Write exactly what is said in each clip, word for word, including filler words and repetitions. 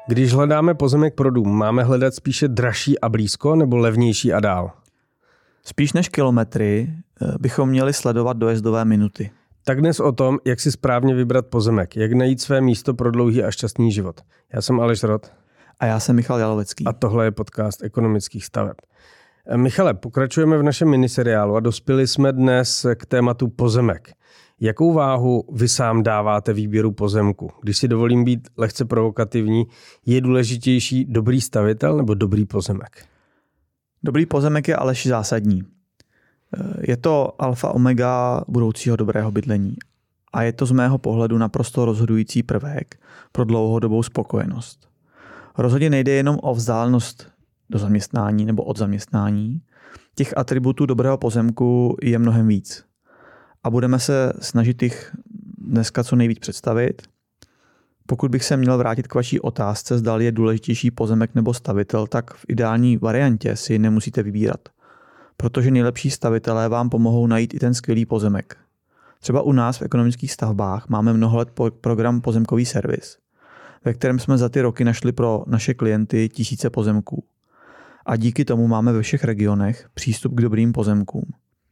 Když hledáme pozemek pro dům, máme hledat spíše dražší a blízko nebo levnější a dál? Spíš než kilometry bychom měli sledovat dojezdové minuty. Tak dnes o tom, jak si správně vybrat pozemek, jak najít své místo pro dlouhý a šťastný život. Já jsem Aleš Rod. A já jsem Michal Jalovecký. A tohle je podcast ekonomických staveb. Michale, pokračujeme v našem miniseriálu a dospěli jsme dnes k tématu pozemek. Jakou váhu vy sám dáváte výběru pozemku? Když si dovolím být lehce provokativní, je důležitější dobrý stavitel nebo dobrý pozemek? Dobrý pozemek je Aleši zásadní. Je to alfa omega budoucího dobrého bydlení. A je to z mého pohledu naprosto rozhodující prvek pro dlouhodobou spokojenost. Rozhodně nejde jenom o vzdálenost do zaměstnání nebo od zaměstnání. Těch atributů dobrého pozemku je mnohem víc. A budeme se snažit jich dneska co nejvíc představit. Pokud bych se měl vrátit k vaší otázce, zdali je důležitější pozemek nebo stavitel, tak v ideální variantě si nemusíte vybírat. Protože nejlepší stavitelé vám pomohou najít i ten skvělý pozemek. Třeba u nás v ekonomických stavbách máme mnoho let program Pozemkový servis, ve kterém jsme za ty roky našli pro naše klienty tisíce pozemků. A díky tomu máme ve všech regionech přístup k dobrým pozemkům.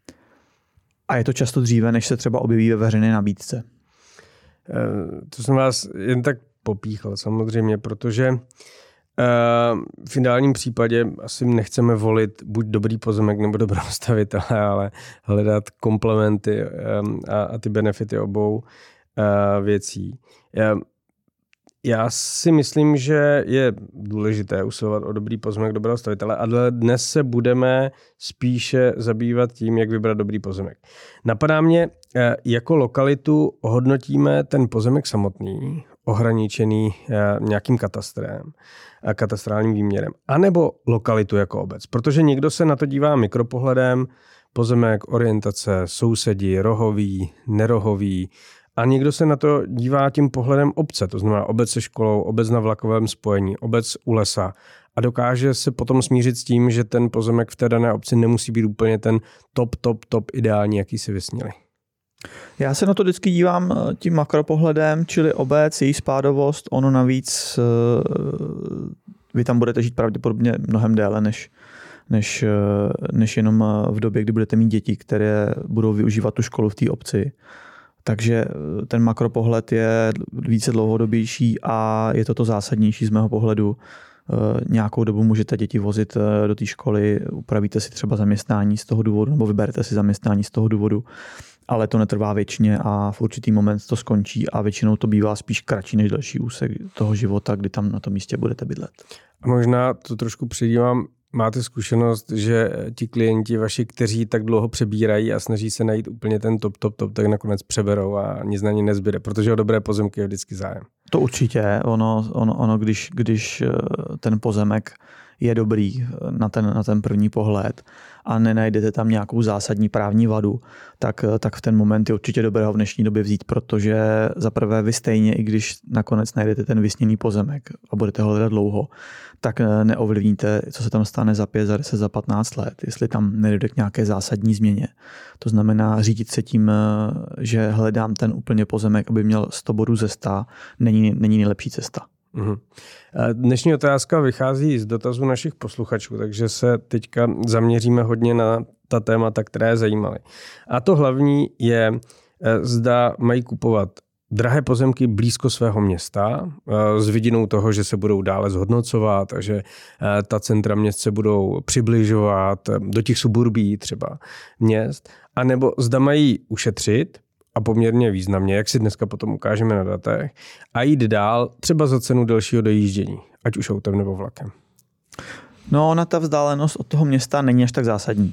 A je to často dříve, než se třeba objeví ve veřejné nabídce. To jsem vás jen tak popíchl samozřejmě, protože v ideálním případě asi nechceme volit buď dobrý pozemek nebo dobrého stavitele, ale hledat komplementy a, a ty benefity obou věcí. Já si myslím, že je důležité usilovat o dobrý pozemek dobrého stavitele, ale dnes se budeme spíše zabývat tím, jak vybrat dobrý pozemek. Napadá mě, jako lokalitu hodnotíme ten pozemek samotný, ohraničený nějakým katastrem, katastrálním výměrem, anebo lokalitu jako obec. Protože někdo se na to dívá mikropohledem, pozemek, orientace, sousedi, rohový, nerohový, a někdo se na to dívá tím pohledem obce, to znamená obec se školou, obec na vlakovém spojení, obec u lesa a dokáže se potom smířit s tím, že ten pozemek v té dané obci nemusí být úplně ten top, top, top ideální, jaký si vysnili. Já se na to vždycky dívám tím makropohledem, čili obec, její spádovost, ono navíc, vy tam budete žít pravděpodobně mnohem déle, než, než, než jenom v době, kdy budete mít děti, které budou využívat tu školu v té obci. Takže ten makropohled je více dlouhodobější a je to to zásadnější z mého pohledu. Nějakou dobu můžete děti vozit do té školy, upravíte si třeba zaměstnání z toho důvodu nebo vyberete si zaměstnání z toho důvodu, ale to netrvá věčně a v určitý moment to skončí a většinou to bývá spíš kratší než další úsek toho života, kdy tam na tom místě budete bydlet. A možná to trošku předívám. Máte zkušenost, že ti klienti vaši, kteří tak dlouho přebírají a snaží se najít úplně ten top, top, top, tak nakonec přeberou a nic na ně nezbyde, protože o dobré pozemky je vždycky zájem. To určitě. Ono, ono, ono když, když ten pozemek je dobrý na ten, na ten první pohled a nenajdete tam nějakou zásadní právní vadu, tak, tak v ten moment je určitě dobré ho v dnešní době vzít, protože zaprvé vy stejně, i když nakonec najdete ten vysněný pozemek a budete ho hledat dlouho, tak neovlivníte, co se tam stane za pět, za deset, za patnáct let, jestli tam nedojde k nějaké zásadní změně. To znamená řídit se tím, že hledám ten úplně pozemek, aby měl sto bodů ze sta, není, není nejlepší cesta. Uhum. Dnešní otázka vychází z dotazů našich posluchačů, takže se teďka zaměříme hodně na ta témata, které zajímaly. A to hlavní je, zda mají kupovat drahé pozemky blízko svého města s vidinou toho, že se budou dále zhodnocovat a že ta centra měst se budou přibližovat do těch suburbí třeba měst, anebo zda mají ušetřit a poměrně významně, jak si dneska potom ukážeme na datech, a jít dál třeba za cenu delšího dojíždění, ať už autem nebo vlakem. No, ona ta vzdálenost od toho města není až tak zásadní.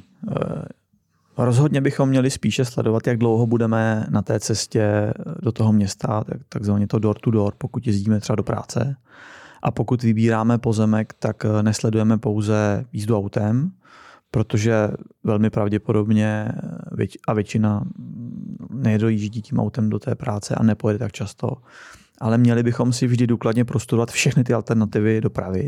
Rozhodně bychom měli spíše sledovat, jak dlouho budeme na té cestě do toho města, takzvaně to door to door, pokud jezdíme třeba do práce. A pokud vybíráme pozemek, tak nesledujeme pouze jízdu autem, protože velmi pravděpodobně a většina nedojíždí tím autem do té práce a nepojede tak často. Ale měli bychom si vždy důkladně prostudovat všechny ty alternativy dopravy.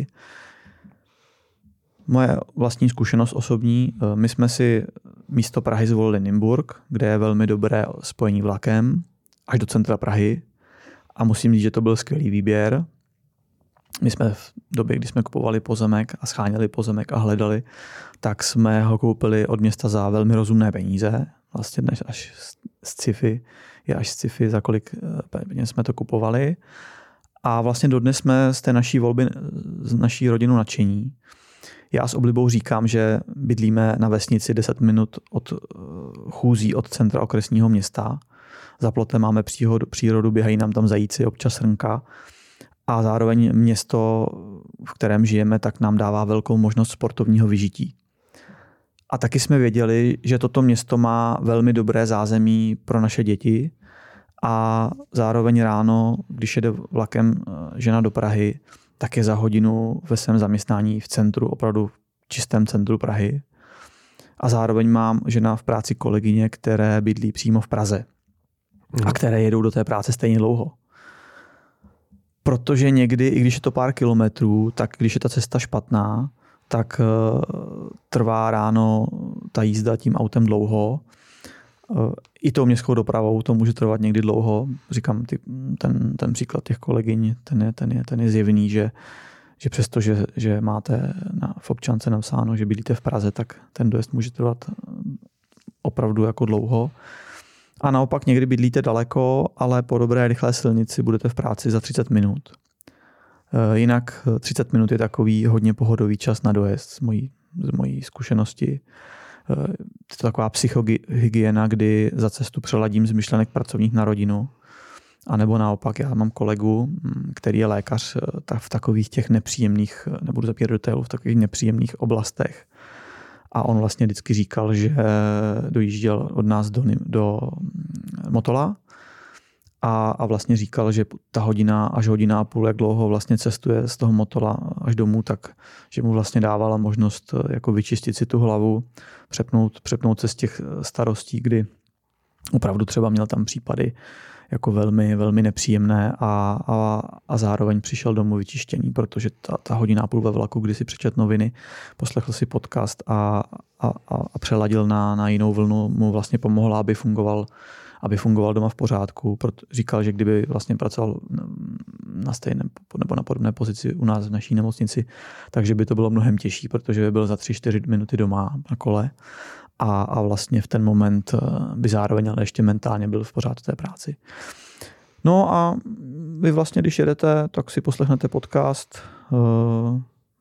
Moje vlastní zkušenost osobní, my jsme si místo Prahy zvolili Nymburk, kde je velmi dobré spojení vlakem až do centra Prahy a musím říct, že to byl skvělý výběr. My jsme v době, kdy jsme kupovali pozemek a scháněli pozemek a hledali, tak jsme ho koupili od města za velmi rozumné peníze. Vlastně dnes až z sci-fi, je až sci-fi, za kolik peněz jsme to kupovali. A vlastně dodnes jsme z té naší volby, z naší rodinu nadšení. Já s oblibou říkám, že bydlíme na vesnici deset minut od chůzí od centra okresního města. Za plotem máme přírodu, přírodu, běhají nám tam zajíci, občas srnka. A zároveň město, v kterém žijeme, tak nám dává velkou možnost sportovního vyžití. A taky jsme věděli, že toto město má velmi dobré zázemí pro naše děti a zároveň ráno, když jede vlakem žena do Prahy, tak je za hodinu ve svém zaměstnání v centru, opravdu v čistém centru Prahy. A zároveň mám žena v práci kolegyně, které bydlí přímo v Praze a které jedou do té práce stejně dlouho. Protože někdy, i když je to pár kilometrů, tak když je ta cesta špatná, tak uh, trvá ráno ta jízda tím autem dlouho. Uh, I tou městskou dopravou to může trvat někdy dlouho. Říkám, ty, ten, ten příklad těch kolegyň, ten je, ten je, ten je zjevný, že, že přesto, že, že máte na, v občance napsáno, že bydlíte v Praze, tak ten dojezd může trvat opravdu jako dlouho. A naopak někdy bydlíte daleko, ale po dobré rychlé silnici budete v práci za třicet minut. Jinak třicet minut je takový hodně pohodový čas na dojezd z mojí, z mojí zkušenosti. Je to taková psychohygiena, kdy za cestu přeladím z myšlenek pracovních na rodinu. A nebo naopak, já mám kolegu, který je lékař v takových těch nepříjemných, nebudu zapírat detailů, v takových nepříjemných oblastech. A on vlastně vždycky říkal, že dojížděl od nás do, do Motola a, a vlastně říkal, že ta hodina až hodina a půl, jak dlouho vlastně cestuje z toho Motola až domů, tak že mu vlastně dávala možnost jako vyčistit si tu hlavu, přepnout, přepnout se z těch starostí, kdy opravdu třeba měl tam případy jako velmi, velmi nepříjemné a, a, a zároveň přišel domů vyčištěný, protože ta, ta hodina a půl ve vlaku, kdy si přečet noviny, poslechl si podcast a, a, a přeladil na, na jinou vlnu, mu vlastně pomohla, aby fungoval, aby fungoval doma v pořádku. Proto říkal, že kdyby vlastně pracoval na stejné nebo na podobné pozici u nás v naší nemocnici, takže by to bylo mnohem těžší, protože by byl za tři čtyři minuty doma na kole. A, a vlastně v ten moment by zároveň ale ještě mentálně byl v pořádku té práci. No a vy vlastně, když jedete, tak si poslechnete podcast uh,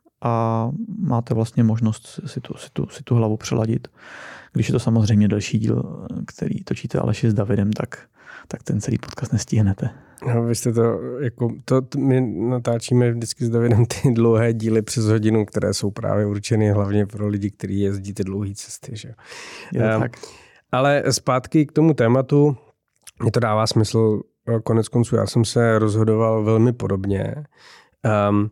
a máte vlastně možnost si tu, si, tu, si tu hlavu přeladit. Když je to samozřejmě další díl, který točíte Aleši s Davidem, tak, tak ten celý podcast nestihnete. No, vy jste to, jako, to, my natáčíme vždycky s Davidem ty dlouhé díly přes hodinu, které jsou právě určeny hlavně pro lidi, kteří jezdí ty dlouhé cesty. Že? Je to um, tak. Ale zpátky k tomu tématu, mě to dává smysl, konec konců já jsem se rozhodoval velmi podobně um,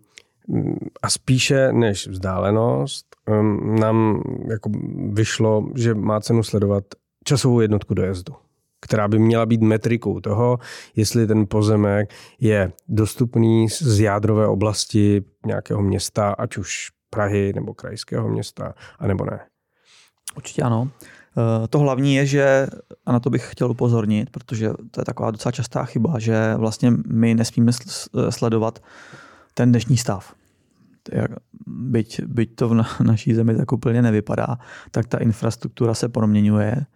a spíše než vzdálenost um, nám jako vyšlo, že má cenu sledovat časovou jednotku dojezdu, která by měla být metrikou toho, jestli ten pozemek je dostupný z jádrové oblasti nějakého města, ať už Prahy nebo krajského města, anebo ne. Určitě ano. To hlavní je, že, a na to bych chtěl upozornit, protože to je taková docela častá chyba, že vlastně my nesmíme sledovat ten dnešní stav. Byť, byť to v naší zemi tak úplně nevypadá, tak ta infrastruktura se proměňuje.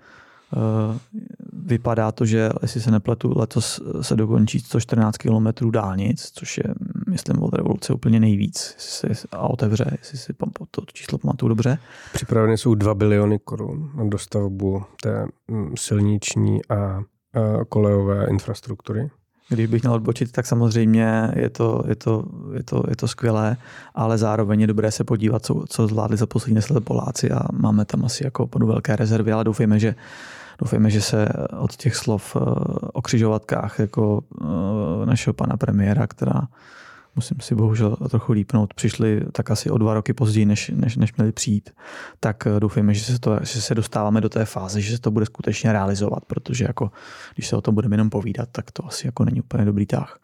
Vypadá to, že, jestli se nepletu, letos se dokončí sto čtrnáct kilometrů dálnic, což je, myslím, od revoluce úplně nejvíc. Jestli si, a otevře, jestli si to číslo pamatuju dobře. Připraveny jsou dva biliony korun na dostavbu té silniční a kolejové infrastruktury. Když bych měl odbočit, tak samozřejmě je to, je to, je to, je to skvělé, ale zároveň je dobré se podívat, co, co zvládli za poslední deset let Poláci a máme tam asi jako opravdu velké rezervy, ale doufejme, že Doufejme, že se od těch slov o křižovatkách jako našeho pana premiéra, která, musím si bohužel trochu lípnout, přišli tak asi o dva roky později, než, než, než měli přijít, tak doufejme, že se, to, že se dostáváme do té fáze, že se to bude skutečně realizovat, protože jako, když se o tom budeme jenom povídat, tak to asi jako není úplně dobrý tah.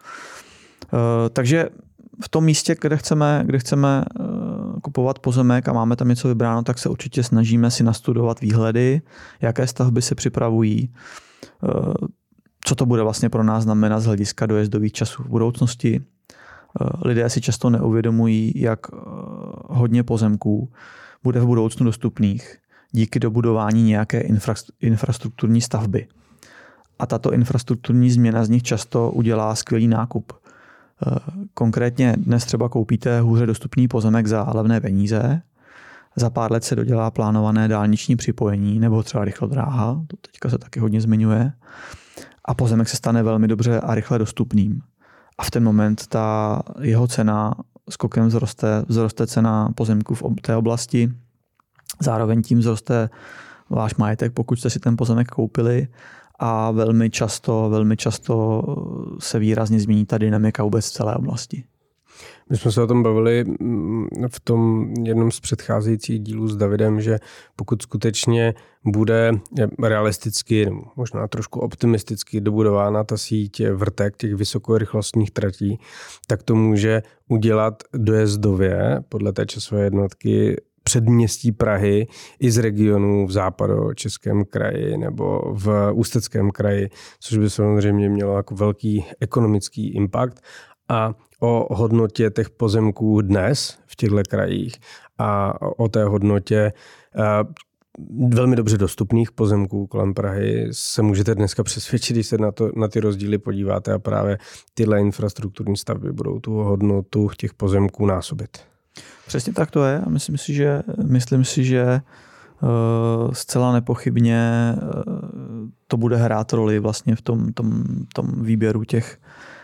Takže v tom místě, kde chceme, kde chceme kupovat pozemek a máme tam něco vybráno, tak se určitě snažíme si nastudovat výhledy, jaké stavby se připravují, co to bude vlastně pro nás znamenat z hlediska dojezdových časů v budoucnosti. Lidé si často neuvědomují, jak hodně pozemků bude v budoucnu dostupných díky dobudování nějaké infrastrukturní stavby. A tato infrastrukturní změna z nich často udělá skvělý nákup. Konkrétně dnes třeba koupíte hůře dostupný pozemek za levné peníze, za pár let se dodělá plánované dálniční připojení nebo třeba rychlodráha, to teďka se taky hodně zmiňuje, a pozemek se stane velmi dobře a rychle dostupným. A v ten moment ta jeho cena skokem vzroste, vzroste cena pozemku v té oblasti, zároveň tím vzroste váš majetek, pokud jste si ten pozemek koupili, a velmi často, velmi často se výrazně změní ta dynamika vůbec v celé oblasti. My jsme se o tom bavili v tom jednom z předcházejících dílů s Davidem, že pokud skutečně bude realisticky, možná trošku optimisticky dobudována ta síť vrtek těch vysokorychlostních tratí, tak to může udělat dojezdově podle té časové jednotky předměstí Prahy i z regionů v západočeském kraji nebo v Ústeckém kraji, což by samozřejmě mělo jako velký ekonomický impact. A o hodnotě těch pozemků dnes v těchto krajích a o té hodnotě velmi dobře dostupných pozemků kolem Prahy se můžete dneska přesvědčit, když se na, to, na ty rozdíly podíváte, a právě tyhle infrastrukturní stavby budou tu hodnotu těch pozemků násobit. Přesně tak to je a myslím si, že, myslím si, že uh, zcela nepochybně uh, to bude hrát roli vlastně v tom, tom, tom výběru těch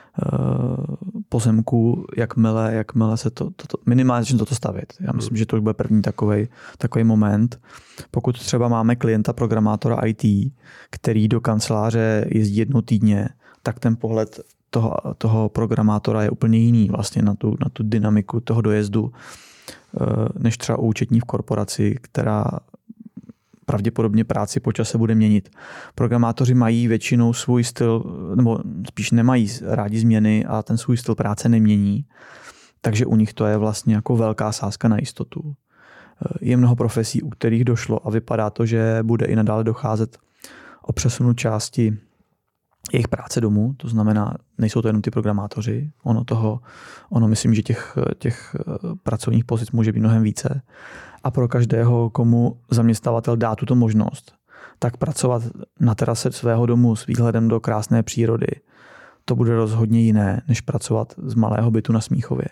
pozemků, jakmile, jakmile se to, to, to minimálně začne toto stavět. Já myslím, že to už bude první takovej, takovej moment. Pokud třeba máme klienta programátora í té, který do kanceláře jezdí jednou týdně, tak ten pohled toho, toho programátora je úplně jiný vlastně na tu, na tu dynamiku toho dojezdu, než třeba u účetní v korporaci, která pravděpodobně práci po čase bude měnit. Programátoři mají většinou svůj styl, nebo spíš nemají rádi změny a ten svůj styl práce nemění, takže u nich to je vlastně jako velká sázka na jistotu. Je mnoho profesí, u kterých došlo a vypadá to, že bude i nadále docházet o přesunu části jejich práce domů, to znamená, nejsou to jenom ty programátoři, ono toho, ono myslím, že těch, těch pracovních pozic může být mnohem více. A pro každého, komu zaměstnavatel dá tuto možnost, tak pracovat na terase svého domu s výhledem do krásné přírody, to bude rozhodně jiné, než pracovat z malého bytu na Smíchově.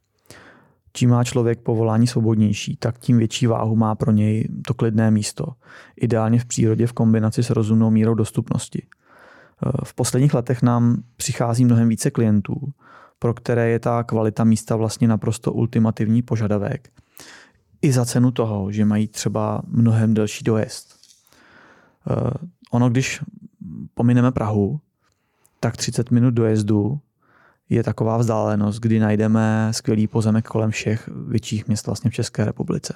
Čím má člověk povolání svobodnější, tak tím větší váhu má pro něj to klidné místo. Ideálně v přírodě v kombinaci s rozumnou mírou dostupnosti. V posledních letech nám přichází mnohem více klientů, pro které je ta kvalita místa vlastně naprosto ultimativní požadavek. I za cenu toho, že mají třeba mnohem delší dojezd. Ono, když pomineme Prahu, tak třicet minut dojezdu je taková vzdálenost, kdy najdeme skvělý pozemek kolem všech větších měst vlastně v České republice.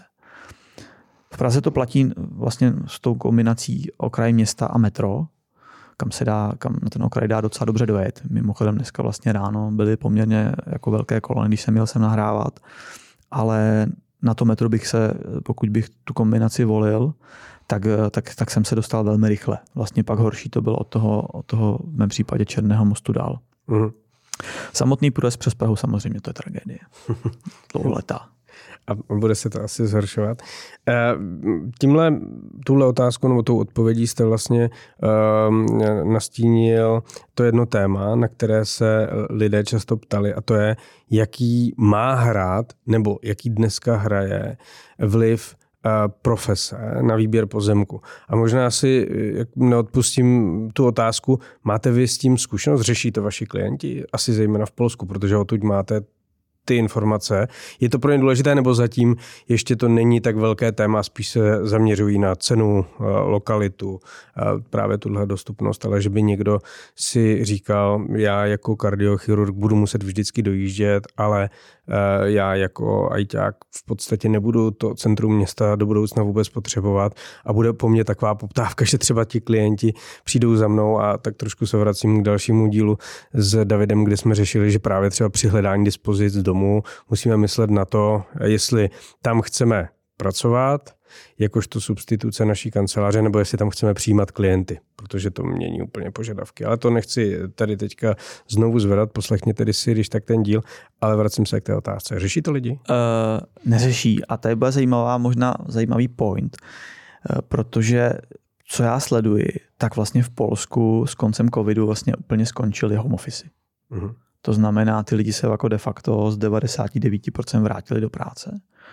V Praze to platí vlastně s tou kombinací okraj města a metro, kam se dá, kam na ten okraj dá docela dobře dojet. Mimochodem dneska vlastně ráno byly poměrně jako velké kolony, když jsem měl sem nahrávat, ale na to metro bych se, pokud bych tu kombinaci volil, tak, tak, tak jsem se dostal velmi rychle. Vlastně pak horší to bylo od toho, od toho v mém případě Černého mostu dál. Mm. Samotný průjezd přes Prahu samozřejmě to je tragédie. Dlouholetá. A bude se to asi zhoršovat. Tímhle, tuhle otázku nebo tou odpovědí jste vlastně um, nastínil to jedno téma, na které se lidé často ptali, a to je, jaký má hrát nebo jaký dneska hraje vliv profese na výběr pozemku. A možná si neodpustím tu otázku, máte vy s tím zkušenost, řeší to vaši klienti, asi zejména v Polsku, protože odtud máte ty informace. Je to pro ně důležité, nebo zatím ještě to není tak velké téma, spíš se zaměřují na cenu, lokalitu, právě tuhle dostupnost, ale že by někdo si říkal, já jako kardiochirurg budu muset vždycky dojíždět, ale já jako ajťák v podstatě nebudu to centrum města do budoucna vůbec potřebovat a bude po mně taková poptávka, že třeba ti klienti přijdou za mnou, a tak trošku se vracím k dalšímu dílu s Davidem, kde jsme řešili, že právě třeba při hledání dispozic domů musíme myslet na to, jestli tam chceme pracovat, jakožto substituce naší kanceláře, nebo jestli tam chceme přijímat klienty, protože to mění úplně požadavky. Ale to nechci tady teďka znovu zvedat, poslechněte si, když tak ten díl, ale vracím se k té otázce. Řeší to lidi? Uh, neřeší. A tady bude zajímavá, možná zajímavý point, uh, protože co já sleduji, tak vlastně v Polsku s koncem covidu vlastně úplně skončily home office. Uh-huh. To znamená, ty lidi se jako de facto z devadesát devět procent vrátili do práce.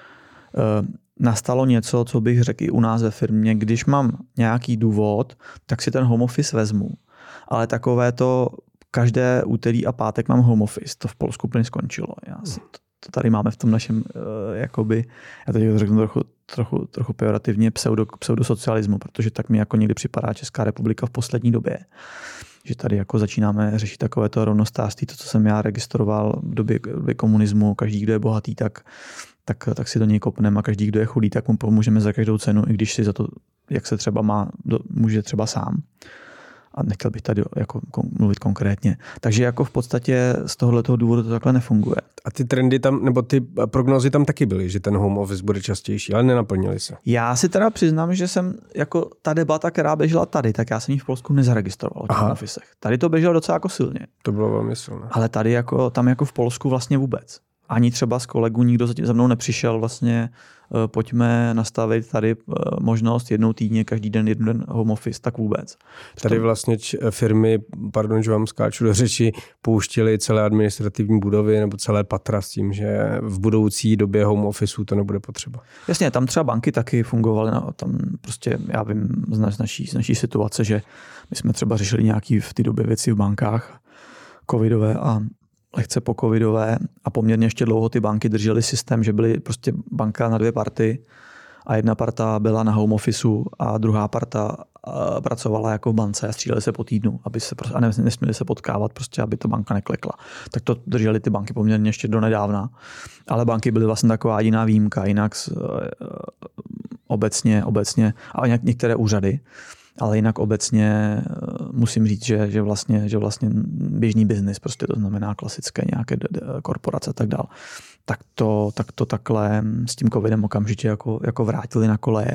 Uh, nastalo něco, co bych řekl i u nás ve firmě, když mám nějaký důvod, tak si ten home office vezmu. Ale takové to každé úterý a pátek mám home office, to v Polsku úplně skončilo. Já si, to, to tady máme v tom našem, uh, jakoby, já teď to řeknu trochu, trochu, trochu pejorativně, pseudo, pseudosocialismu, protože tak mi jako někdy připadá Česká republika v poslední době. Že tady jako začínáme řešit takovéto rovnostářství, to, co jsem já registroval v době, v době komunismu, každý, kdo je bohatý, tak, tak, tak si do něj kopneme a každý, kdo je chudý, tak mu pomůžeme za každou cenu, i když si za to, jak se třeba má, může třeba sám. A nechtěl bych tady jako mluvit konkrétně. Takže jako v podstatě z tohoto důvodu to takhle nefunguje. A ty trendy tam, nebo ty prognózy tam taky byly, že ten home office bude častější, ale nenaplnily se. Já si teda přiznám, že jsem jako ta debata, která běžela tady, tak já jsem ji v Polsku nezaregistroval o home officech. Tady to běželo docela jako silně. To bylo velmi silné. Ale tady jako, tam jako v Polsku vlastně vůbec. Ani třeba z kolegů nikdo za mnou nepřišel vlastně, pojďme nastavit tady možnost jednou týdně, každý den, jeden den home office, tak vůbec. Tady vlastně firmy, pardon, že vám skáču do řeči, pouštěly celé administrativní budovy nebo celé patra s tím, že v budoucí době home officeu to nebude potřeba. Jasně, tam třeba banky taky fungovaly, no, tam prostě já vím z naší, z naší situace, že my jsme třeba řešili nějaký v té době věci v bankách covidové a lehce po covidové a poměrně ještě dlouho ty banky držely systém, že byly prostě banka na dvě party a jedna parta byla na home officeu a druhá parta pracovala jako v bance a stříleli se po týdnu, aby se a nesměli se potkávat, prostě, aby to banka neklekla. Tak to držely ty banky poměrně ještě do nedávna. Ale banky byly vlastně taková jediná výjimka, jinak obecně, obecně a některé úřady. Ale jinak obecně musím říct, že, že, vlastně, že vlastně běžný biznis, prostě to znamená klasické nějaké korporace a tak dál, tak to, tak to takhle s tím covidem okamžitě jako, jako vrátili na koleje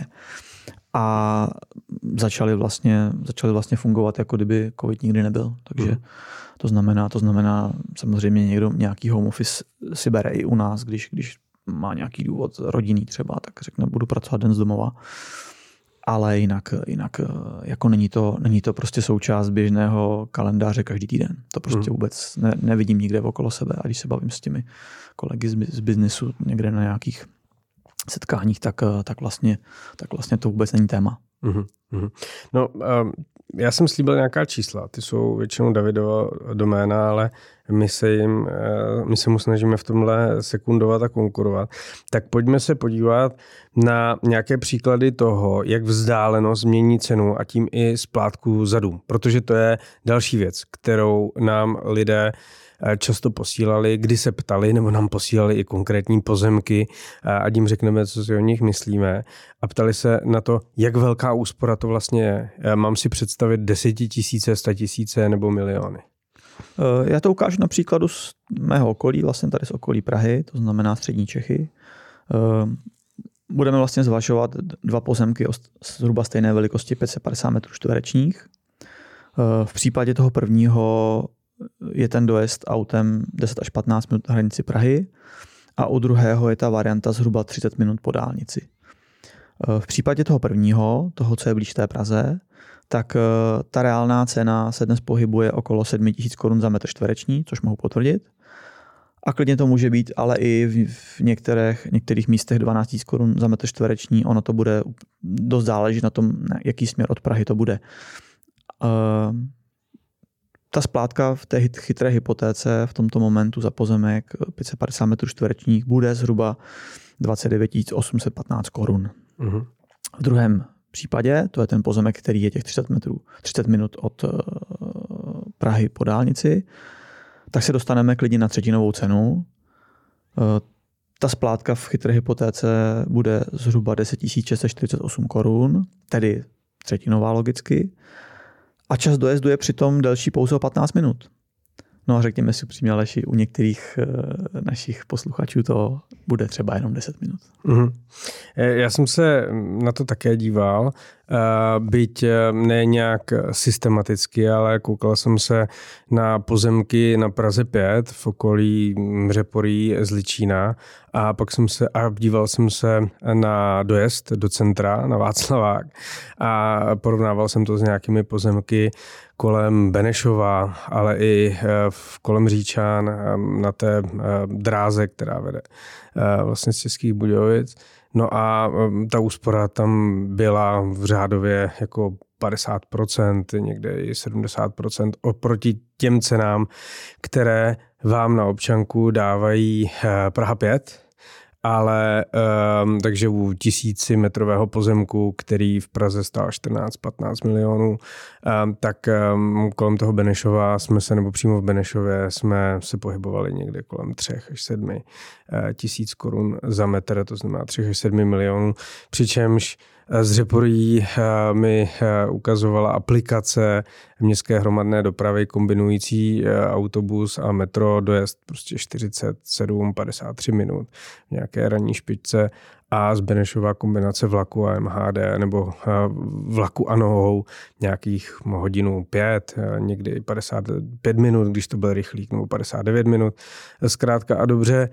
a začali vlastně, začali vlastně fungovat, jako kdyby covid nikdy nebyl. Takže mm. to znamená, to znamená samozřejmě někdo nějaký home office si bere i u nás, když, když má nějaký důvod rodinný třeba, tak řekne, budu pracovat den z domova. Ale jinak, jinak jako není to, není to prostě součást běžného kalendáře každý týden. To prostě mm. vůbec ne, nevidím nikde okolo sebe. A když se bavím s těmi kolegy z, z biznesu někde na nějakých setkáních, tak, tak, vlastně, tak vlastně to vůbec není téma. Mm-hmm. No, um, já jsem slíbil nějaká čísla. Ty jsou většinou Davidova doména, ale my se, jim, my se mu snažíme v tomhle sekundovat a konkurovat. Tak pojďme se podívat na nějaké příklady toho, jak vzdálenost změní cenu a tím i splátku za dům. Protože to je další věc, kterou nám lidé často posílali, kdy se ptali, nebo nám posílali i konkrétní pozemky a jim řekneme, co si o nich myslíme. A ptali se na to, jak velká úspora to vlastně je. Mám si představit desetitisíce, statisíce nebo miliony. Já to ukážu na příkladu z mého okolí, vlastně tady z okolí Prahy, to znamená střední Čechy. Budeme vlastně zvažovat dva pozemky o zhruba stejné velikosti, pět set padesát metrů čtverečních. V případě toho prvního je ten dojezd autem deset až patnáct minut na hranici Prahy a u druhého je ta varianta zhruba třicet minut po dálnici. V případě toho prvního, toho, co je blíž té Praze, tak ta reálná cena se dnes pohybuje okolo sedm tisíc korun za metr čtvereční, což mohu potvrdit. A klidně to může být, ale i v některých, některých místech dvanáct tisíc korun za metr čtvereční. Ono to bude dost záleží na tom, jaký směr od Prahy to bude. Ta splátka v té chytré hypotéce v tomto momentu za pozemek pět set padesát metrů čtverečních bude zhruba dvacet devět tisíc osm set patnáct korun. Uh-huh. V druhém případě, to je ten pozemek, který je těch třicet metrů, třicet minut od Prahy po dálnici, tak se dostaneme klidně na třetinovou cenu. Ta splátka v chytré hypotéce bude zhruba deset tisíc šest set čtyřicet osm korun, tedy třetinová logicky. A čas dojezdu je přitom delší pouze o patnáct minut. No a řekněme si upřímně, Aleši, u některých uh, našich posluchačů to bude třeba jenom deset minut. Mm-hmm. Já jsem se na to také díval, byť ne nějak systematicky, ale koukal jsem se na pozemky na Praze pět v okolí Řeporí, Zličína a pak jsem se a díval jsem se na dojezd do centra, na Václavák a porovnával jsem to s nějakými pozemky kolem Benešova, ale i v kolem Říčan na té dráze, která vede vlastně z Českých Budějovic. No a ta úspora tam byla v řádově jako padesát procent, někde i sedmdesát procent oproti těm cenám, které vám na občanku dávají Praha pět, ale um, takže u tisíci metrového pozemku, který v Praze stál čtrnáct patnáct milionů, um, tak um, kolem toho Benešova jsme se, nebo přímo v Benešově jsme se pohybovali někde kolem třech až sedmi uh, tisíc korun za metr, to znamená tři až sedmi milionů, přičemž z Řeporí mi ukazovala aplikace městské hromadné dopravy kombinující autobus a metro dojezd prostě čtyřicet sedm padesát tři minut v nějaké ranní špičce a z Benešova kombinace vlaku a M H D nebo vlaku a nohou nějakých hodinu pět, někdy padesát pět minut, když to byl rychlík, nebo padesát devět minut. Zkrátka a dobře,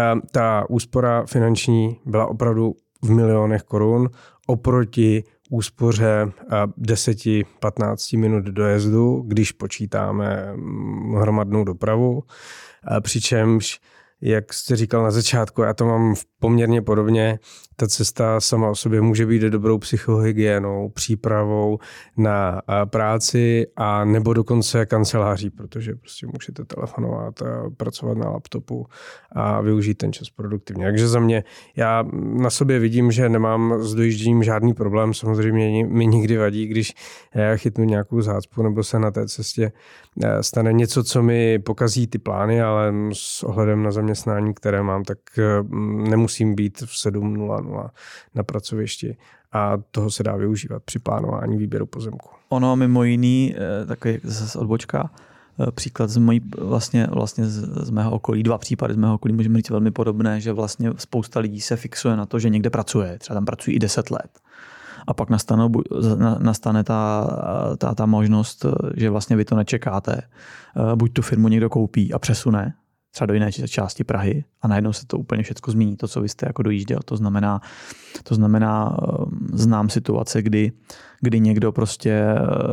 ta úspora finanční byla opravdu v milionech korun oproti úspoře deset patnáct minut dojezdu, když počítáme hromadnou dopravu. Přičemž, jak jste říkal na začátku, já to mám poměrně podobně, ta cesta sama o sobě může být dobrou psychohygienou, přípravou na práci a nebo dokonce kanceláří, protože prostě můžete telefonovat a pracovat na laptopu a využít ten čas produktivně. Takže za mě, já na sobě vidím, že nemám s dojížděním žádný problém, samozřejmě mi nikdy vadí, když já chytnu nějakou zácpu nebo se na té cestě stane něco, co mi pokazí ty plány, ale s ohledem na zaměstnání, které mám, tak nemusím být v sedm nula nula na pracovišti a toho se dá využívat při plánování výběru pozemku. Ono mimo jiný, takový zase odbočka, příklad z, mojí, vlastně, vlastně z mého okolí, dva případy z mého okolí můžeme říct velmi podobné, že vlastně spousta lidí se fixuje na to, že někde pracuje, třeba tam pracují i deset let. A pak nastane, nastane ta, ta, ta možnost, že vlastně vy to nečekáte. Buď tu firmu někdo koupí a přesune, třeba do jiné části Prahy a najednou se to úplně všechno změní, to, co vy jste jako dojížděl. To znamená, to znamená znám situace, kdy, kdy někdo prostě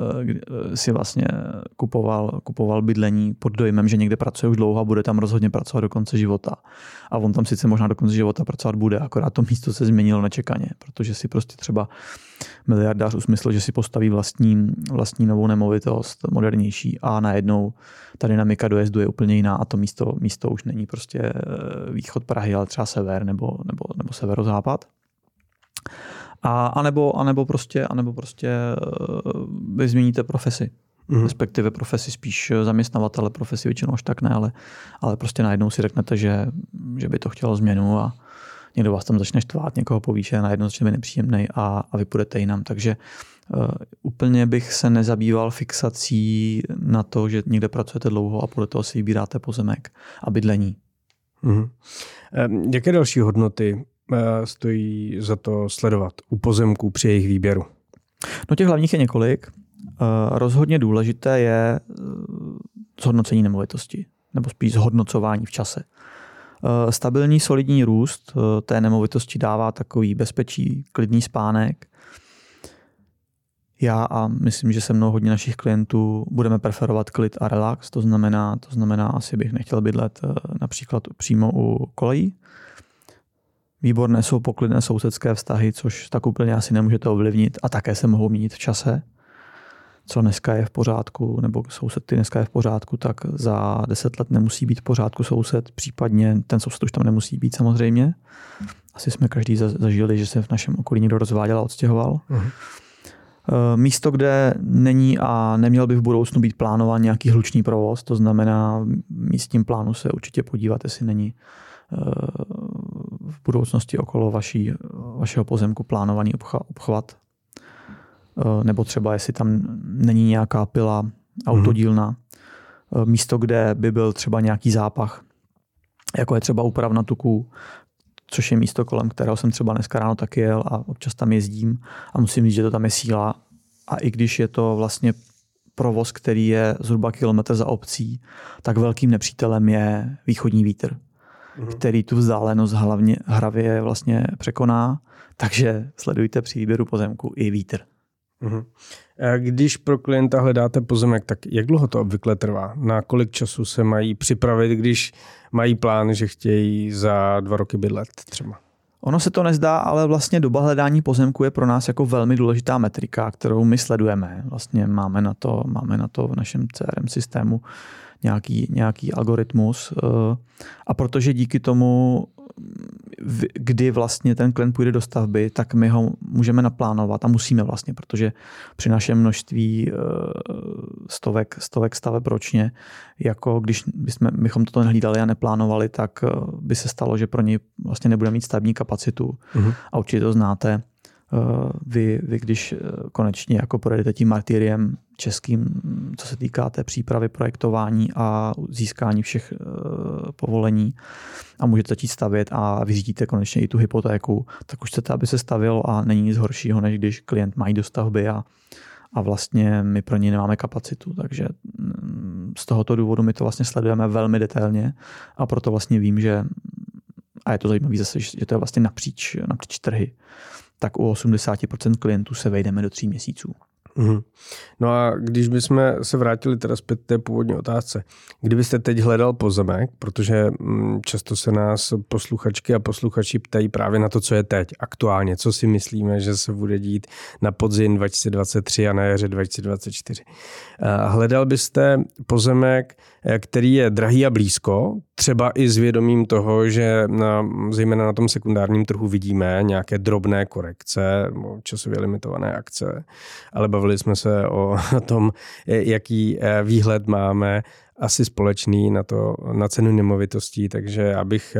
si vlastně kupoval, kupoval bydlení pod dojmem, že někde pracuje už dlouho a bude tam rozhodně pracovat do konce života. A on tam sice možná do konce života pracovat bude, akorát to místo se změnilo nečekaně, protože si prostě třeba miliardář usmyslel, že si postaví vlastní, vlastní novou nemovitost, modernější a najednou ta dynamika dojezdu je úplně jiná a to místo, místo už není prostě východ Prahy, ale třeba sever nebo, nebo, nebo severozápad. A, a, nebo, a nebo prostě, a nebo prostě vy změníte profesi. Mm. Respektive profesi spíš zaměstnavatele, profesi většinou až tak ne, ale, ale prostě najednou si řeknete, že, že by to chtělo změnu a někdo vás tam začne štvát, někoho povýše a najednou začne být nepříjemnej a, a vy půjdete jinam. Takže uh, úplně bych se nezabýval fixací na to, že někde pracujete dlouho a podle toho si vybíráte pozemek a bydlení. Mm. Jaké další hodnoty stojí za to sledovat u pozemků při jejich výběru? No těch hlavních je několik. Rozhodně důležité je zhodnocení nemovitosti, nebo spíš zhodnocování v čase. Stabilní, solidní růst té nemovitosti dává takový bezpečí, klidný spánek. Já a myslím, že se mnou hodně našich klientů budeme preferovat klid a relax, to znamená, to znamená asi bych nechtěl bydlet například přímo u kolejí. Výborné jsou poklidné sousedské vztahy, což tak úplně asi nemůžete ovlivnit a také se mohou měnit v čase. Co dneska je v pořádku, nebo soused ty dneska je v pořádku, tak za deset let nemusí být v pořádku soused, případně ten soused už tam nemusí být samozřejmě. Asi jsme každý zažili, že se v našem okolí někdo rozváděl a odstěhoval. Uh-huh. Místo, kde není a neměl by v budoucnu být plánován nějaký hlučný provoz, to znamená místním plánu se určitě podívat, jestli není v budoucnosti okolo vaší, vašeho pozemku plánovaný obchvat. Nebo třeba jestli tam není nějaká pila, autodílna. místo, kde by byl třeba nějaký zápach, jako je třeba úpravna tuků, což je místo, kolem kterého jsem třeba dneska ráno taky jel a občas tam jezdím a musím říct, že to tam je síla. A i když je to vlastně provoz, který je zhruba kilometr za obcí, tak velkým nepřítelem je východní vítr, mm. který tu vzdálenost hlavně hravě vlastně překoná. Takže sledujte při výběru pozemku i vítr. Mm. Když pro klienta hledáte pozemek, tak jak dlouho to obvykle trvá? Na kolik času se mají připravit, když mají plán, že chtějí za dva roky bydlet třeba? Ono se to nezdá, ale vlastně doba hledání pozemku je pro nás jako velmi důležitá metrika, kterou my sledujeme. Vlastně máme na to, máme na to v našem C R M systému nějaký, nějaký algoritmus. A protože díky tomu, kdy vlastně ten klient půjde do stavby, tak my ho můžeme naplánovat a musíme vlastně, protože při našem množství stovek, stovek staveb ročně, jako když bychom, bychom toto nehlídali a neplánovali, tak by se stalo, že pro něj vlastně nebude mít stavební kapacitu. Mm-hmm. A určitě to znáte. Vy, vy, když konečně jako projedete tím martyriem českým, co se týká té přípravy, projektování a získání všech povolení a můžete začít stavět a vyřídíte konečně i tu hypotéku, tak už chcete, aby se stavělo a není nic horšího, než když klient má jít do stavby a, a vlastně my pro něj nemáme kapacitu. Takže z tohoto důvodu my to vlastně sledujeme velmi detailně a proto vlastně vím, že a je to zajímavé zase, že to je vlastně napříč, napříč trhy, tak u osmdesát procent klientů se vejdeme do tří měsíců. Mm. No a když bychom se vrátili teda zpět té původní otázce, kdybyste teď hledal pozemek, protože často se nás posluchačky a posluchači ptají právě na to, co je teď aktuálně, co si myslíme, že se bude dít na podzim dva tisíce dvacet tři a na jaře dva tisíce dvacet čtyři. Hledal byste pozemek, který je drahý a blízko, třeba i s vědomím toho, že na, zejména na tom sekundárním trhu vidíme nějaké drobné korekce, časově limitované akce, ale bavili jsme se o tom, jaký výhled máme asi společný na, to, na cenu nemovitostí, takže já bych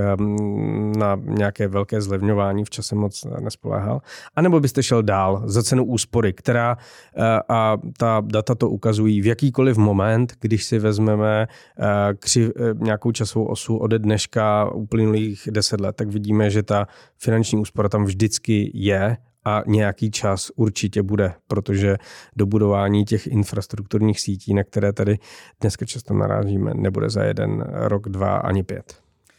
na nějaké velké zlevňování v čase moc nespoléhal. A nebo byste šel dál za cenu úspory, která a ta data to ukazují v jakýkoliv moment, když si vezmeme kři, nějakou časovou osu ode dneška uplynulých deset let, tak vidíme, že ta finanční úspora tam vždycky je a nějaký čas určitě bude, protože dobudování těch infrastrukturních sítí, na které tady dneska často narážíme, nebude za jeden rok, dva ani pět.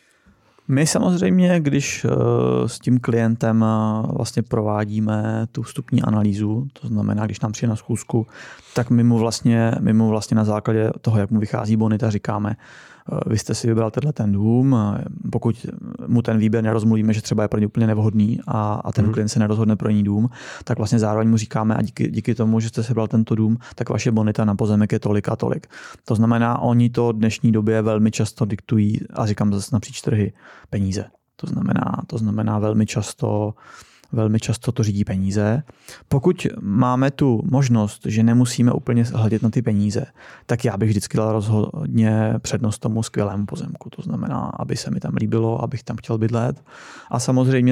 My samozřejmě, když s tím klientem vlastně provádíme tu vstupní analýzu, to znamená, když nám přijde na schůzku, tak my mu vlastně, my mu vlastně na základě toho, jak mu vychází bonita, říkáme, vy jste si vybral tenhle ten dům, pokud mu ten výběr nerozmluvíme, že třeba je pro ně úplně nevhodný a, a ten mm. klient se nerozhodne pro jiný dům, tak vlastně zároveň mu říkáme a díky, díky tomu, že jste si vybral tento dům, tak vaše bonita na pozemek je tolik a tolik. To znamená, oni to v dnešní době velmi často diktují, a říkám zase napříč trhy, peníze. To znamená, to znamená velmi často Velmi často to řídí peníze. Pokud máme tu možnost, že nemusíme úplně hledět na ty peníze, tak já bych vždycky dal rozhodně přednost tomu skvělému pozemku. To znamená, aby se mi tam líbilo, abych tam chtěl bydlet. A samozřejmě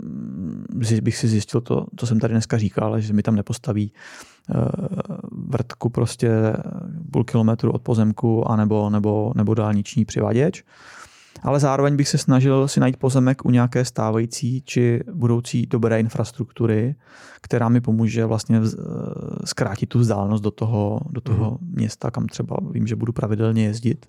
bych si zjistil to, co jsem tady dneska říkal, že mi tam nepostaví vrtku prostě půl kilometru od pozemku anebo, nebo, nebo dálniční přiváděč. Ale zároveň bych se snažil si najít pozemek u nějaké stávající či budoucí dobré infrastruktury, která mi pomůže vlastně zkrátit tu vzdálenost do toho, do toho mm. města, kam třeba vím, že budu pravidelně jezdit.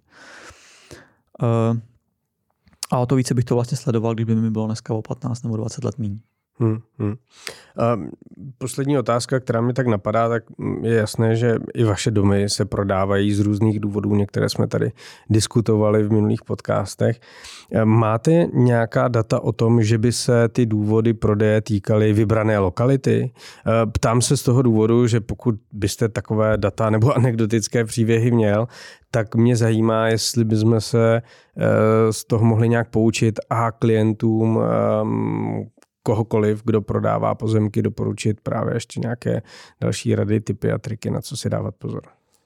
A o to více bych to vlastně sledoval, kdyby mi bylo dneska o patnáct nebo dvacet let míň. Hmm, hmm. A poslední otázka, která mě tak napadá, tak je jasné, že i vaše domy se prodávají z různých důvodů. Některé jsme tady diskutovali v minulých podcastech. Máte nějaká data o tom, že by se ty důvody prodeje týkaly vybrané lokality? Ptám se z toho důvodu, že pokud byste takové data nebo anekdotické příběhy měl, tak mě zajímá, jestli bychom se z toho mohli nějak poučit a klientům kohokoliv, kdo prodává pozemky, doporučit právě ještě nějaké další rady, tipy a triky, na co si dávat pozor.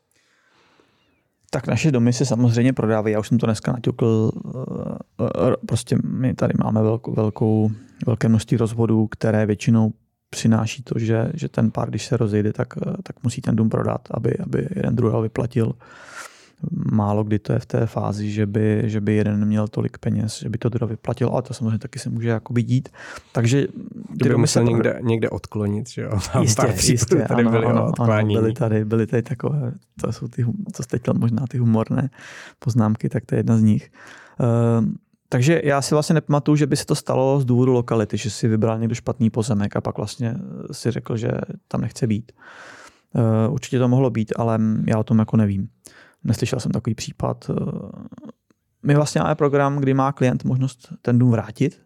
Tak naše domy se samozřejmě prodávají. Já už jsem to dneska naťukl. Prostě my tady máme velkou, velkou, velké množství rozvodů, které většinou přináší to, že, že ten pár, když se rozejde, tak, tak musí ten dům prodat, aby, aby jeden druhého vyplatil. málo kdy to je v té fázi, že by, že by jeden měl tolik peněz, že by to teda vyplatilo, ale to samozřejmě taky se může jakoby dít. Takže ty by musel se někde, někde odklonit, že jo? Jistě, jistě, tady ano, byly ano, ano, byly tady. byly tady takové, to jsou ty, to jste chtěl možná ty humorné poznámky, tak to je jedna z nich. Uh, takže já si vlastně nepamatuju, že by se to stalo z důvodu lokality, že si vybral někdo špatný pozemek a pak vlastně si řekl, že tam nechce být. Uh, určitě to mohlo být, ale já o tom jako nevím. Neslyšel jsem takový případ. My vlastně máme program, kdy má klient možnost ten dům vrátit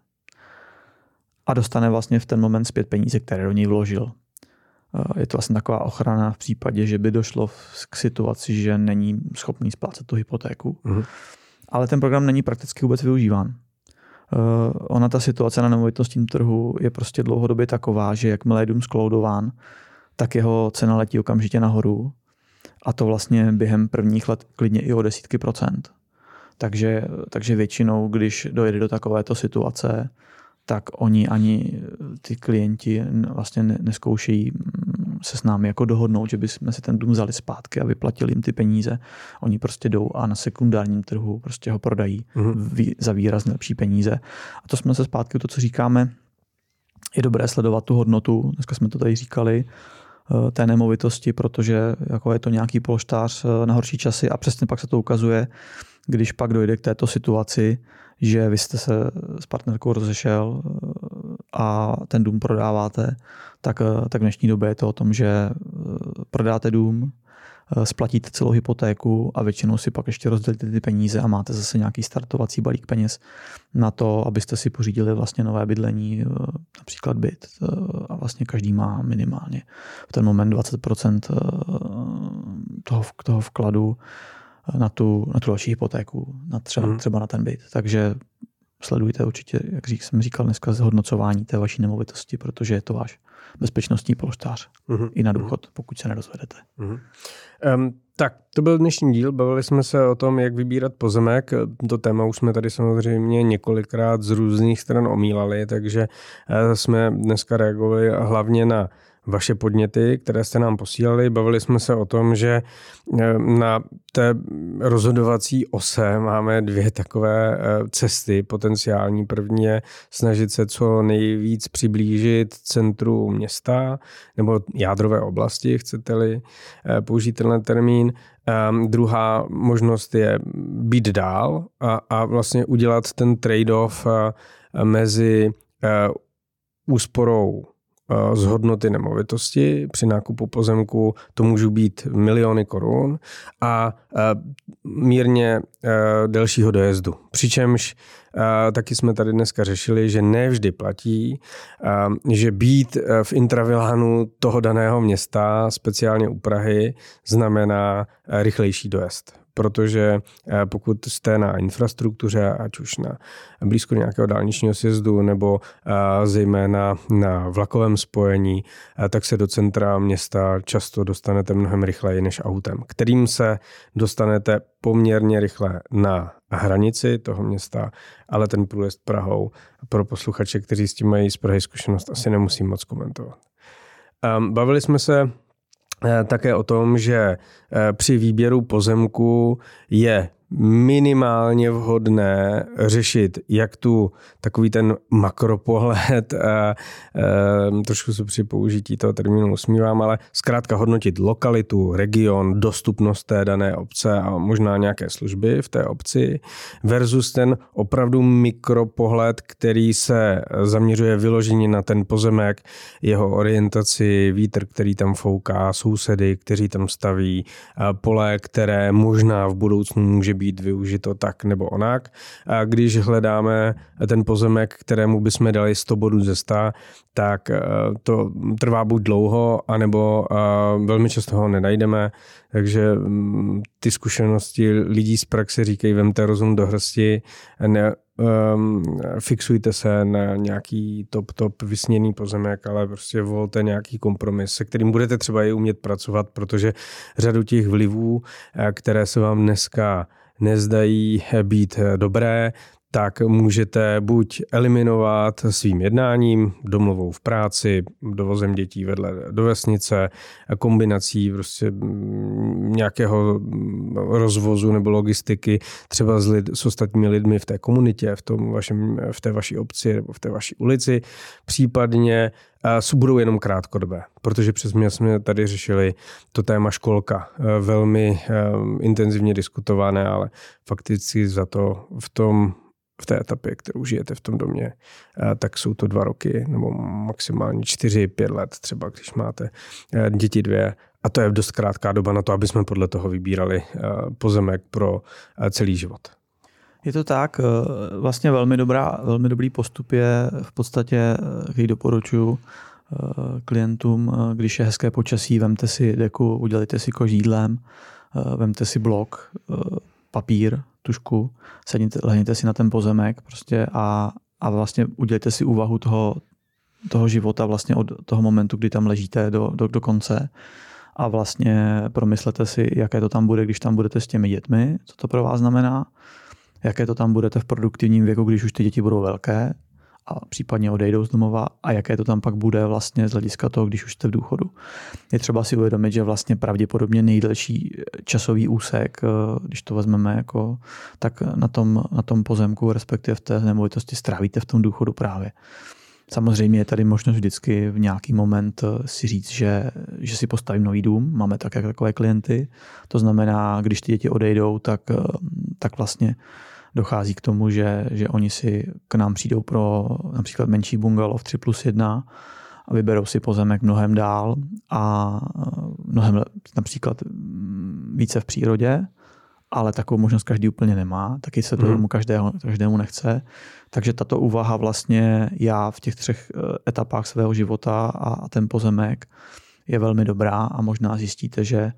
a dostane vlastně v ten moment zpět peníze, které do něj vložil. Je to vlastně taková ochrana v případě, že by došlo k situaci, že není schopný splácet tu hypotéku. Mhm. Ale ten program není prakticky vůbec využíván. Ona ta situace na nemovitostním trhu je prostě dlouhodobě taková, že jakmile je dům skloudován, tak jeho cena letí okamžitě nahoru. A to vlastně během prvních let klidně i o desítky procent. Takže, takže většinou, když dojde do takovéto situace, tak oni ani ty klienti vlastně neskoušejí se s námi jako dohodnout, že bychom si ten dům vzali zpátky a vyplatili jim ty peníze. Oni prostě jdou a na sekundárním trhu prostě ho prodají mm-hmm. za výrazně lepší peníze. A to jsme se zpátky, to, co říkáme, je dobré sledovat tu hodnotu. Dneska jsme to tady říkali, té nemovitosti, protože jako je to nějaký polštář na horší časy a přesně pak se to ukazuje, když pak dojde k této situaci, že vy jste se s partnerkou rozešel a ten dům prodáváte, tak, tak v dnešní době je to o tom, že prodáte dům, splatíte celou hypotéku a většinou si pak ještě rozdělíte ty peníze a máte zase nějaký startovací balík peněz na to, abyste si pořídili vlastně nové bydlení, například byt. A vlastně každý má minimálně v ten moment dvacet procent toho, toho vkladu na tu, na tu další hypotéku, na třeba, hmm. třeba na ten byt. Takže sledujte určitě, jak jsem říkal dneska, zhodnocování té vaší nemovitosti, protože je to váš bezpečnostní polštář mm-hmm. i na důchod, pokud se nedozvedete. Mm-hmm. Um, tak, to byl dnešní díl. Bavili jsme se o tom, jak vybírat pozemek. To téma už jsme tady samozřejmě několikrát z různých stran omílali, takže jsme dneska reagovali hlavně na vaše podněty, které jste nám posílali. Bavili jsme se o tom, že na té rozhodovací ose máme dvě takové cesty potenciální. První je snažit se co nejvíc přiblížit centru města nebo jádrové oblasti, chcete-li použít tenhle termín. Um, druhá možnost je být dál a, a vlastně udělat ten trade-off uh, mezi uh, úsporou z hodnoty nemovitosti. Při nákupu pozemku to můžou být miliony korun a mírně delšího dojezdu. Přičemž taky jsme tady dneska řešili, že nevždy platí, že být v intravilánu toho daného města, speciálně u Prahy, znamená rychlejší dojezd. Protože pokud jste na infrastruktuře, ať už na blízko nějakého dálničního sjezdu nebo zejména na vlakovém spojení, tak se do centra města často dostanete mnohem rychleji než autem, kterým se dostanete poměrně rychle na hranici toho města, ale ten průjezd Prahou pro posluchače, kteří s tím mají z Prahy zkušenost, asi nemusím moc komentovat. Bavili jsme se také o tom, že při výběru pozemku je minimálně vhodné řešit jak tu takový ten makropohled, a, a, trošku se při použití toho termínu usmívám, ale zkrátka hodnotit lokalitu, region, dostupnost té dané obce a možná nějaké služby v té obci versus ten opravdu mikropohled, který se zaměřuje vyloženě na ten pozemek, jeho orientaci, vítr, který tam fouká, sousedy, kteří tam staví, pole, které možná v budoucnu může být být využito tak nebo onak. A když hledáme ten pozemek, kterému bychom dali sto bodů ze sta, tak to trvá buď dlouho, anebo velmi často ho nenajdeme. Takže ty zkušenosti lidí z praxe říkají, vemte rozum do hrsti, ne, um, fixujte se na nějaký top, top vysněný pozemek, ale prostě volte nějaký kompromis, se kterým budete třeba i umět pracovat, protože řadu těch vlivů, které se vám dneska nezdají být dobré, tak můžete buď eliminovat svým jednáním, domluvou v práci, dovozem dětí vedle do vesnice, kombinací prostě nějakého rozvozu nebo logistiky, třeba s, lid, s ostatními lidmi v té komunitě, v, tom vašem, v té vaší obci nebo v té vaší ulici, případně uh, budou jenom krátkodobé, protože přesně jsme tady řešili to téma školka, uh, velmi uh, intenzivně diskutované, ale fakticky za to v tom v té etapě, kterou žijete v tom domě, tak jsou to dva roky nebo maximálně čtyři, pět let třeba, když máte děti dvě. A to je dost krátká doba na to, aby jsme podle toho vybírali pozemek pro celý život. Je to tak, vlastně velmi, dobrá, velmi dobrý postup je v podstatě, který doporučuji klientům, když je hezké počasí, vemte si deku, udělejte si koš jídlem, vemte si blok, papír, tužku, sedněte, lehněte si na ten pozemek prostě a, a vlastně udělejte si úvahu toho, toho života vlastně od toho momentu, kdy tam ležíte do, do, do konce a vlastně promyslete si, jaké to tam bude, když tam budete s těmi dětmi, co to pro vás znamená, jaké to tam budete v produktivním věku, když už ty děti budou velké a případně odejdou z domova a jaké to tam pak bude vlastně z hlediska toho, když už jste v důchodu. Je třeba si uvědomit, že vlastně pravděpodobně nejdelší časový úsek, když to vezmeme jako, tak na tom, na tom pozemku, respektive v té nemovitosti strávíte v tom důchodu právě. Samozřejmě je tady možnost vždycky v nějaký moment si říct, že, že si postavím nový dům. Máme také takové klienty. To znamená, když ty děti odejdou, tak, tak vlastně dochází k tomu, že, že oni si k nám přijdou pro například menší bungalov tři plus jedna a vyberou si pozemek mnohem dál a mnohem například více v přírodě, ale takovou možnost každý úplně nemá, taky se to mm. každého, každému nechce. Takže tato úvaha vlastně já v těch třech etapách svého života a ten pozemek je velmi dobrá a možná zjistíte, že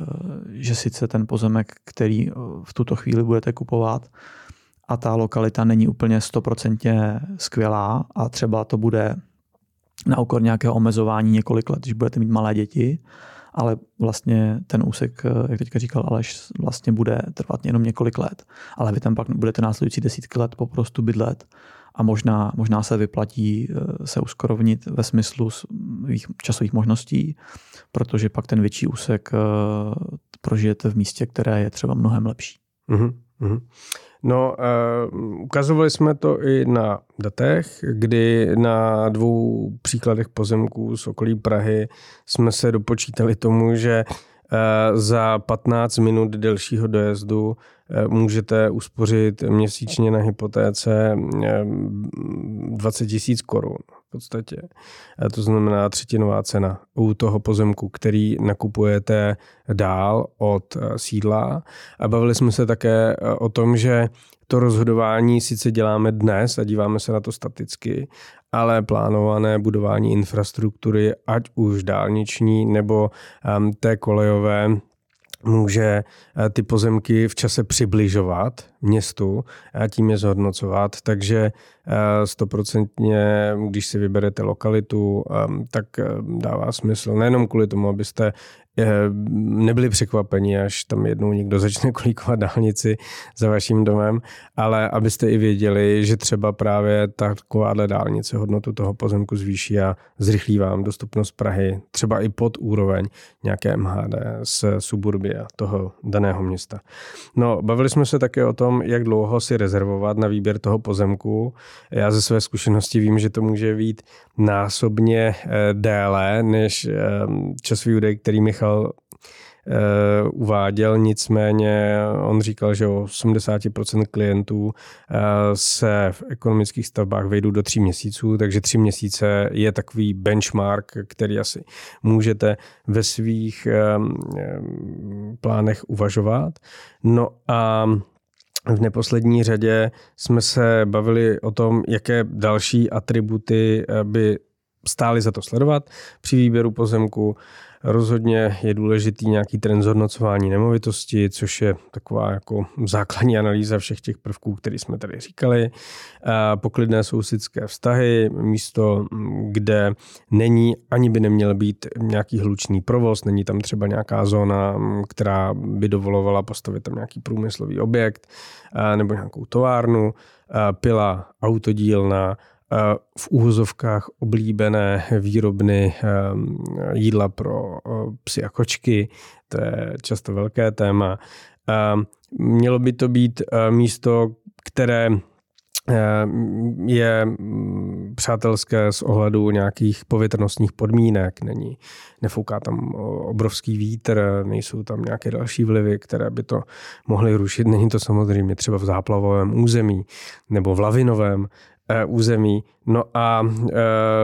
že sice ten pozemek, který v tuto chvíli budete kupovat a ta lokalita není úplně stoprocentně skvělá a třeba to bude na úkor nějakého omezování několik let, když budete mít malé děti, ale vlastně ten úsek, jak teďka říkal Aleš, vlastně bude trvat jenom několik let, ale vy tam pak budete následující desítky let poprostu bydlet a možná, možná se vyplatí se uskorovnit ve smyslu svých časových možností, protože pak ten větší úsek prožijete v místě, které je třeba mnohem lepší. Mm-hmm. No, uh, ukazovali jsme to i na datech, kdy na dvou příkladech pozemků z okolí Prahy jsme se dopočítali tomu, že za patnáct minut delšího dojezdu můžete uspořit měsíčně na hypotéce dvacet tisíc korun v podstatě. To znamená třetinová cena u toho pozemku, který nakupujete dál od sídla. A bavili jsme se také o tom, že to rozhodování sice děláme dnes a díváme se na to staticky, ale plánované budování infrastruktury, ať už dálniční nebo um, té kolejové, může ty pozemky v čase přibližovat městu a tím je zhodnocovat. Takže stoprocentně, když si vyberete lokalitu, tak dává smysl nejenom kvůli tomu, abyste nebyli překvapeni, až tam jednou někdo začne kolíkovat dálnici za vaším domem, ale abyste i věděli, že třeba právě takováhle dálnice hodnotu toho pozemku zvýší a zrychlí vám dostupnost Prahy, třeba i pod úroveň nějaké M H D z suburbia toho daného města. No, bavili jsme se také o tom, jak dlouho si rezervovat na výběr toho pozemku. Já ze své zkušenosti vím, že to může být násobně déle než časový údaj, který Michal uváděl, nicméně on říkal, že osmdesát procent klientů se v ekonomických stavbách vejdou do tří měsíců, takže tři měsíce je takový benchmark, který asi můžete ve svých plánech uvažovat. No a v neposlední řadě jsme se bavili o tom, jaké další atributy by stály za to sledovat při výběru pozemku. Rozhodně je důležitý nějaký trend zhodnocování nemovitosti, což je taková jako základní analýza všech těch prvků, které jsme tady říkali. Poklidné sousedské vztahy, místo, kde není, ani by neměl být nějaký hlučný provoz, není tam třeba nějaká zóna, která by dovolovala postavit tam nějaký průmyslový objekt nebo nějakou továrnu, pila, autodílna, v úvozovkách oblíbené výrobny jídla pro psy a kočky, to je často velké téma. Mělo by to být místo, které je přátelské z ohledu nějakých povětrnostních podmínek, není, nefouká tam obrovský vítr, nejsou tam nějaké další vlivy, které by to mohly rušit. Není to samozřejmě třeba v záplavovém území nebo v lavinovém území. No a e,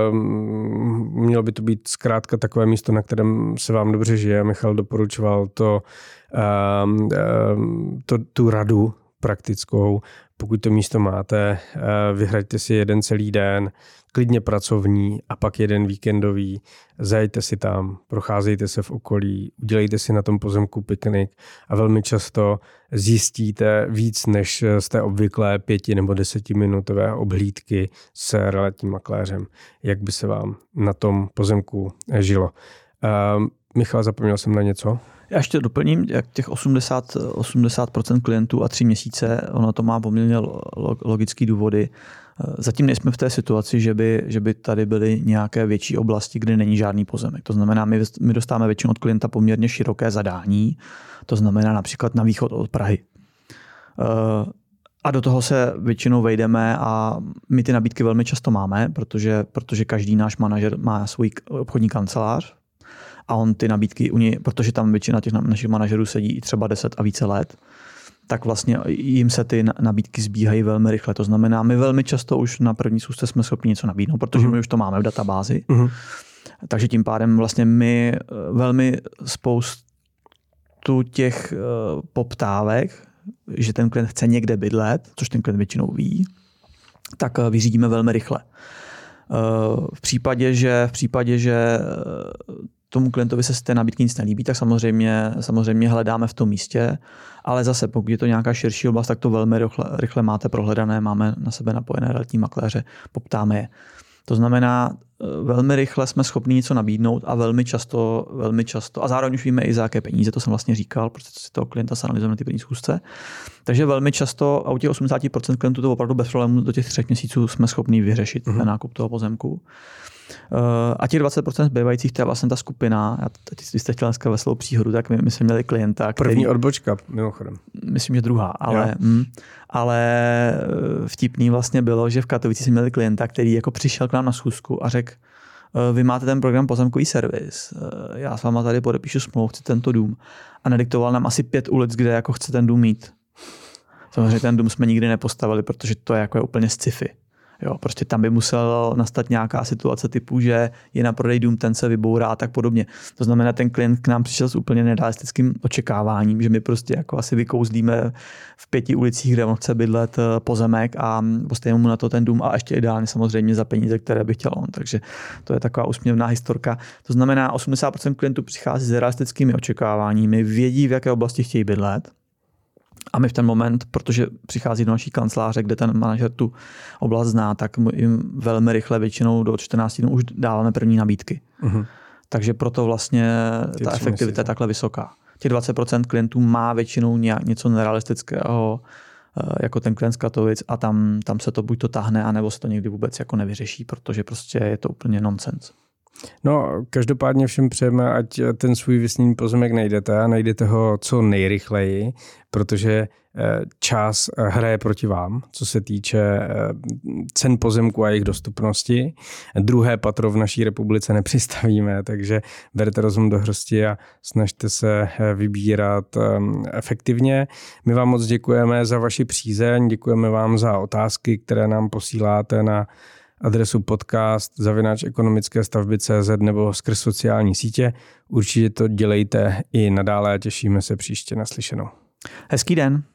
mělo by to být zkrátka takové místo, na kterém se vám dobře žije. Michal doporučoval to, e, to tu radu praktickou. Pokud to místo máte, vyhraďte si jeden celý den, klidně pracovní a pak jeden víkendový, zajďte si tam, procházejte se v okolí, udělejte si na tom pozemku piknik a velmi často zjistíte víc než z té obvyklé pěti nebo desetiminutové obhlídky s realitním makléřem, jak by se vám na tom pozemku žilo. Uh, Michal, zapomněl jsem na něco? Já ještě doplním, jak těch osmdesát, osmdesát procent klientů a tři měsíce, ono to má poměrně logické důvody. Zatím nejsme v té situaci, že by, že by tady byly nějaké větší oblasti, kde není žádný pozemek. To znamená, my, my dostáváme většinou od klienta poměrně široké zadání, to znamená například na východ od Prahy. A do toho se většinou vejdeme a my ty nabídky velmi často máme, protože, protože každý náš manažer má svůj obchodní kancelář, a on ty nabídky u něj, protože tam většina těch našich manažerů sedí i třeba deset a více let, tak vlastně jim se ty nabídky zbíhají velmi rychle. To znamená, my velmi často už na první schůzce jsme schopni něco nabídnout, protože my už to máme v databázi. Uh-huh. Takže tím pádem vlastně my velmi spoustu těch poptávek, že ten klient chce někde bydlet, což ten klient většinou ví, tak vyřídíme velmi rychle. V případě, že, v případě, že tomu klientovi se z té nabídky nic nelíbí, tak samozřejmě, samozřejmě hledáme v tom místě, ale zase pokud je to nějaká širší oblast, tak to velmi rychle, rychle máte prohledané, máme na sebe napojené realitní makléře, poptáme je. To znamená, velmi rychle jsme schopni něco nabídnout a velmi často, velmi často, a zároveň už víme i za jaké peníze, to jsem vlastně říkal, protože si toho klienta se analyzujeme na ty první schůzce. Takže velmi často, a u těch osmdesát procent klientů to opravdu bez problémů do těch třech měsíců jsme schopni vyřešit mm-hmm. ten nákup toho pozemku. A těch dvacet procent zbývajících, to je vlastně ta skupina, já teď jste chtěl dneska veselou příhodu, tak my, my jsme měli klienta, který... První odbočka, mimochodem. Myslím, že druhá, ale, mm, ale vtipný vlastně bylo, že v Katovicích jsme měli klienta, který jako přišel k nám na schůzku a řekl, vy máte ten program pozemkový servis, já s váma tady podepíšu smlouvu, chci tento dům. A nadiktoval nám asi pět ulic, kde jako chce ten dům mít. Samozřejmě ten dům jsme nikdy nepostavili, protože to je jako je úplně sci-fi. Jo, prostě tam by musela nastat nějaká situace typu, že je na prodej dům, ten se vybourá a tak podobně. To znamená, ten klient k nám přišel s úplně nerealistickým očekáváním, že my prostě jako asi vykouzlíme v pěti ulicích, kde on chce bydlet pozemek a postavíme mu na to ten dům a ještě ideálně samozřejmě za peníze, které by chtěl on. Takže to je taková úsměvná historka. To znamená, osmdesát procent klientů přichází s realistickými očekáváními, vědí, v jaké oblasti chtějí bydlet. A my v ten moment, protože přichází do naší kanceláře, kde ten manažer tu oblast zná, tak jim velmi rychle, většinou do čtrnácti dnů už dáváme první nabídky. Uh-huh. Takže proto vlastně ta efektivita je takhle vysoká. Těch dvacet procent klientů má většinou něco nerealistického, jako ten klient z Katovic, a tam, tam se to buď to tahne, anebo se to někdy vůbec jako nevyřeší, protože prostě je to úplně nonsens. No, každopádně všem přejeme, ať ten svůj vysněný pozemek najdete a najdete ho co nejrychleji, protože čas hraje proti vám, co se týče cen pozemku a jejich dostupnosti. Druhé patro v naší republice nepřistavíme, takže berte rozum do hrsti a snažte se vybírat efektivně. My vám moc děkujeme za vaši přízeň, děkujeme vám za otázky, které nám posíláte na adresu podcast zavináč ekonomické stavby tečka cé zet nebo skrz sociální sítě. Určitě to dělejte i nadále a těšíme se příště naslyšenou. Hezký den.